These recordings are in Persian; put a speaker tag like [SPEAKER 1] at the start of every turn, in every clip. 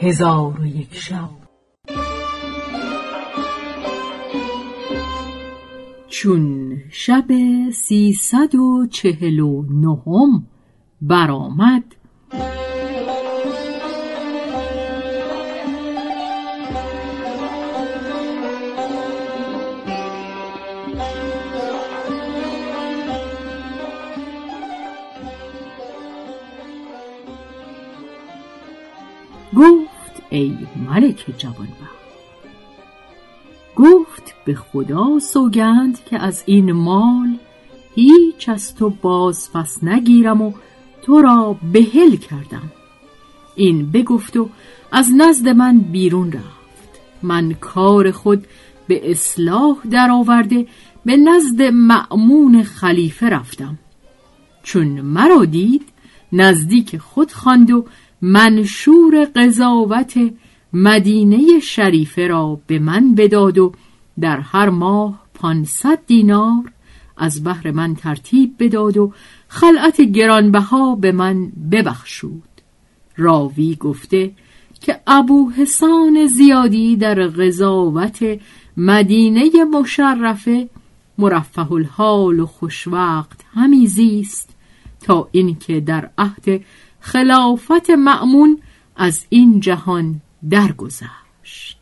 [SPEAKER 1] 1001 شب. چون شب 349 برآمد، گفت ای ملک جوانبخت، گفت به خدا سوگند که از این مال هیچ از تو باز پس نگیرم و تو را بحل کردم. این بگفت و از نزد من بیرون رفت. من کار خود به اصلاح درآورده به نزد مأمون خلیفه رفتم. چون مرا دید نزدیک خود خواند و منشور قضاوت مدینه شریفه را به من بداد و در هر ماه 500 دینار از بهر من ترتیب بداد و خلعت گرانبها به من ببخشود. راوی گفته که ابو حسان زیادی در قضاوت مدینه مشرفه مرفه الحال و خوشوقت همی زیست تا اینکه در عهد خلافت مأمون از این جهان درگذشت.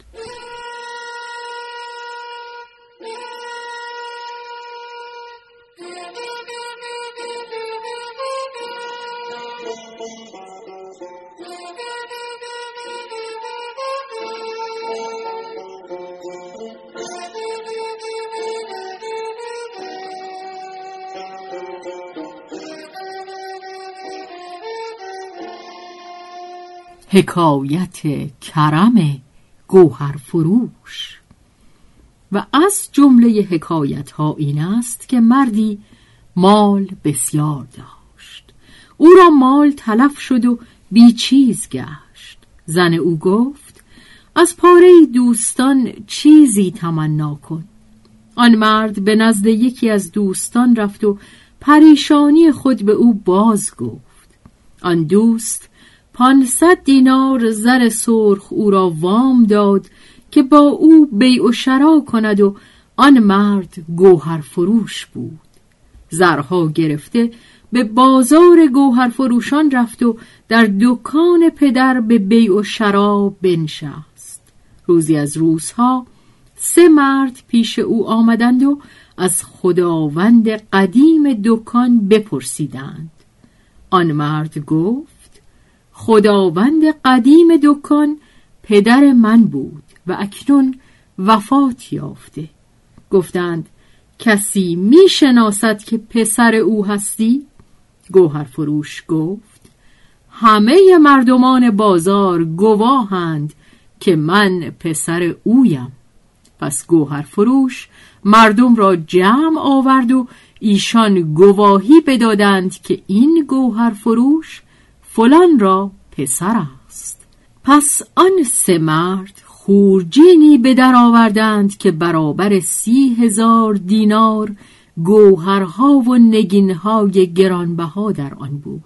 [SPEAKER 1] حکایت کرم گوهرفروش. و از جمله حکایت ها این است که مردی مال بسیار داشت. او را مال تلف شد و بیچیز گشت. زن او گفت از پاره دوستان چیزی تمنا کن. آن مرد به نزد یکی از دوستان رفت و پریشانی خود به او باز گفت. آن دوست 500 دینار زر سرخ او را وام داد که با او بیع و شرا کند و آن مرد گوهر فروش بود. زرها گرفته به بازار گوهر فروشان رفت و در دکان پدر به بیع و شرا بنشست. روزی از روزها 3 مرد پیش او آمدند و از خداوند قدیم دکان بپرسیدند. آن مرد گفت خداوند قدیم دکان پدر من بود و اکنون وفات یافته. گفتند کسی می شناسد که پسر او هستی؟ گوهر فروش گفت همه مردمان بازار گواهند که من پسر اویم. پس گوهر فروش مردم را جمع آورد و ایشان گواهی بدادند که این گوهر فروش فلان را پسر است. پس آن 3 مرد خورجینی به در آوردند که برابر 30,000 دینار گوهرها و نگینهای گرانبها در آن بود.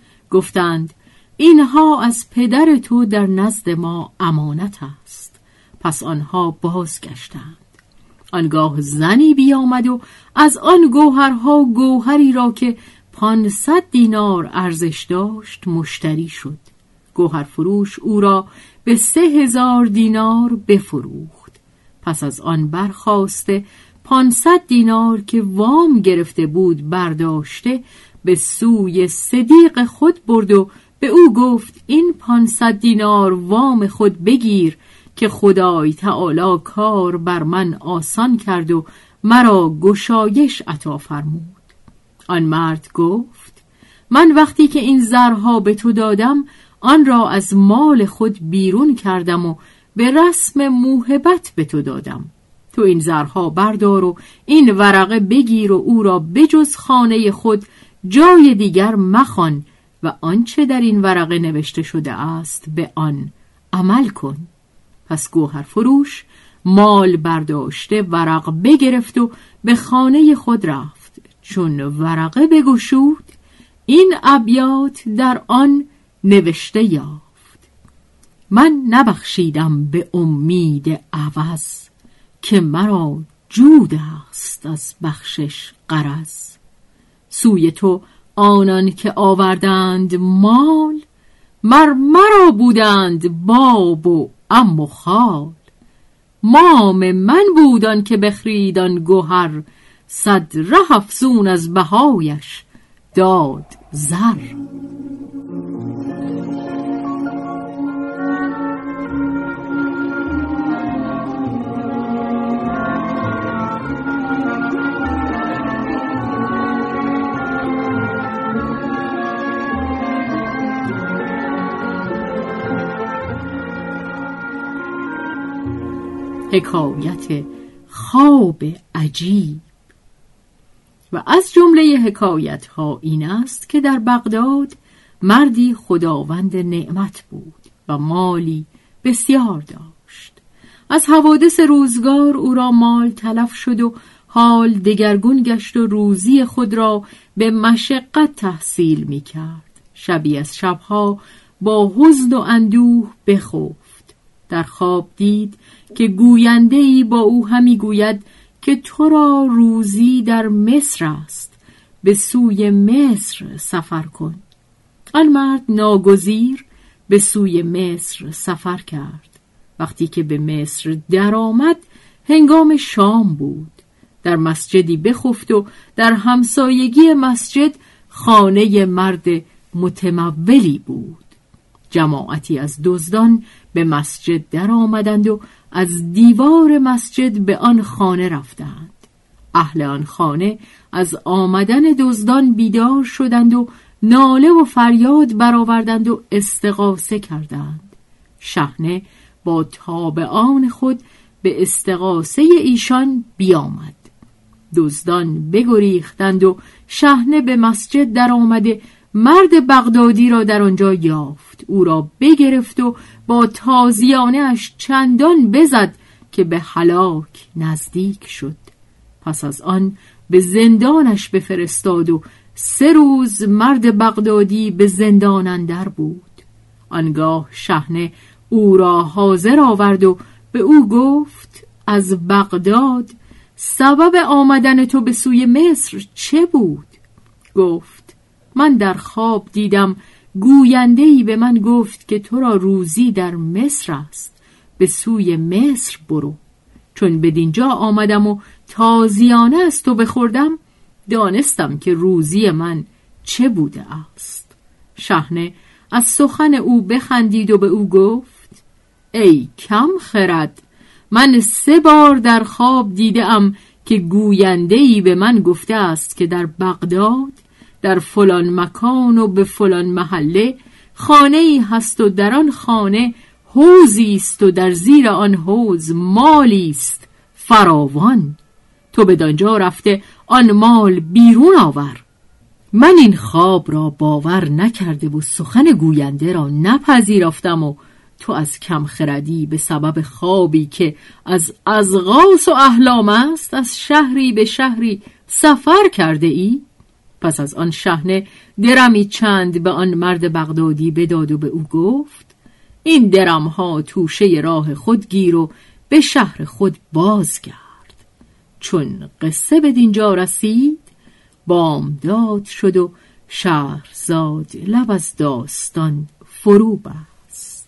[SPEAKER 1] گفتند اینها از پدر تو در نزد ما امانت است. پس آنها بازگشتند. آنگاه زنی بیامد و از آن گوهرها گوهری را که 500 دینار ارزش داشت مشتری شد. گوهر فروش او را به 3000 دینار بفروخت. پس از آن برخاسته 500 دینار که وام گرفته بود برداشته به سوی صدیق خود برد و به او گفت این 500 دینار وام خود بگیر که خدای تعالی کار بر من آسان کرد و مرا گشایش عطا فرمود. آن مرد گفت من وقتی که این زرها به تو دادم آن را از مال خود بیرون کردم و به رسم موهبت به تو دادم. تو این زرها بردار و این ورقه بگیر و او را بجز خانه خود جای دیگر مخوان و آنچه در این ورقه نوشته شده است به آن عمل کن. پس گوهر فروش مال برداشته ورق بگرفت و به خانه خود رفت. چون ورقه بگشود این ابیات در آن نوشته یافت: من نبخشیدم به امید عوض، که مرا جود است از بخشش غرض. سوی تو آنان که آوردند مال، مرا بودند باب و عم و خال. مام من بودن که بخریدان گوهر، صد ره افزون از بهایش داد زر. حکایت خواب عجیب. و از جمله حکایت ها این است که در بغداد مردی خداوند نعمت بود و مالی بسیار داشت. از حوادث روزگار او را مال تلف شد و حال دگرگون گشت و روزی خود را به مشقت تحصیل می کرد. شبی از شبها با حزن و اندوه بخفت. در خواب دید که گوینده‌ای با او همی گوید که تو را روزی در مصر است، به سوی مصر سفر کن. آن مرد ناگزیر به سوی مصر سفر کرد. وقتی که به مصر در آمد هنگام شام بود. در مسجدی بخفت و در همسایگی مسجد خانه مرد متمولی بود. جماعتی از دزدان به مسجد در آمدند و از دیوار مسجد به آن خانه رفتند. اهل آن خانه از آمدن دزدان بیدار شدند و ناله و فریاد برآوردند و استغاثه کردند. شحنه با تابعان خود به استغاثه ایشان بیامد. دزدان بگریختند و شحنه به مسجد در آمده مرد بغدادی را در آنجا یافت. او را بگرفت و با تازیانه اش چندان بزد که به هلاک نزدیک شد. پس از آن به زندانش بفرستاد و 3 روز مرد بغدادی به زندان اندر بود. آنگاه شحنه او را حاضر آورد و به او گفت از بغداد سبب آمدن تو به سوی مصر چه بود؟ گفت من در خواب دیدم گوینده‌ای به من گفت که تو را روزی در مصر است، به سوی مصر برو. چون بدینجا آمدم و تازیانه از تو بخوردم، دانستم که روزی من چه بوده است. شحنه از سخن او بخندید و به او گفت ای کم خرد، من 3 بار در خواب دیدم که گوینده‌ای به من گفته است که در بغداد در فلان مکان و به فلان محله خانه‌ای هست و در آن خانه حوضی است و در زیر آن حوض مالی است فراوان. تو بدانجا رفته آن مال بیرون آور. من این خواب را باور نکرده و سخن گوینده را نپذیرفتم و تو از کم خردی به سبب خوابی که از ازغاس و احلام است از شهری به شهری سفر کرده ای؟ پس از آن شحنه درمی چند به آن مرد بغدادی بداد و به او گفت این درمها توشه راه خود گیر و به شهر خود بازگرد. چون قصه به دینجا رسید بامداد شد و شهرزاد لب از داستان فرو بست.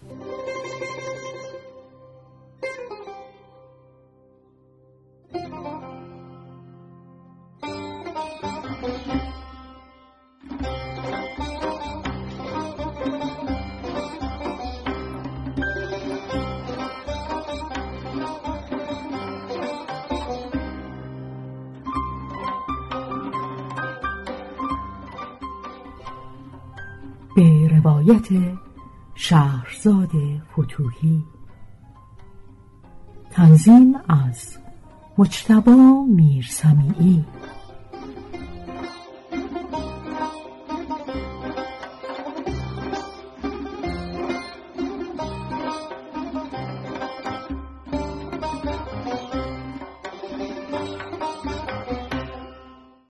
[SPEAKER 2] به روایت شهرزاد فتوحی. تنظیم از مجتبی میرسمیعی.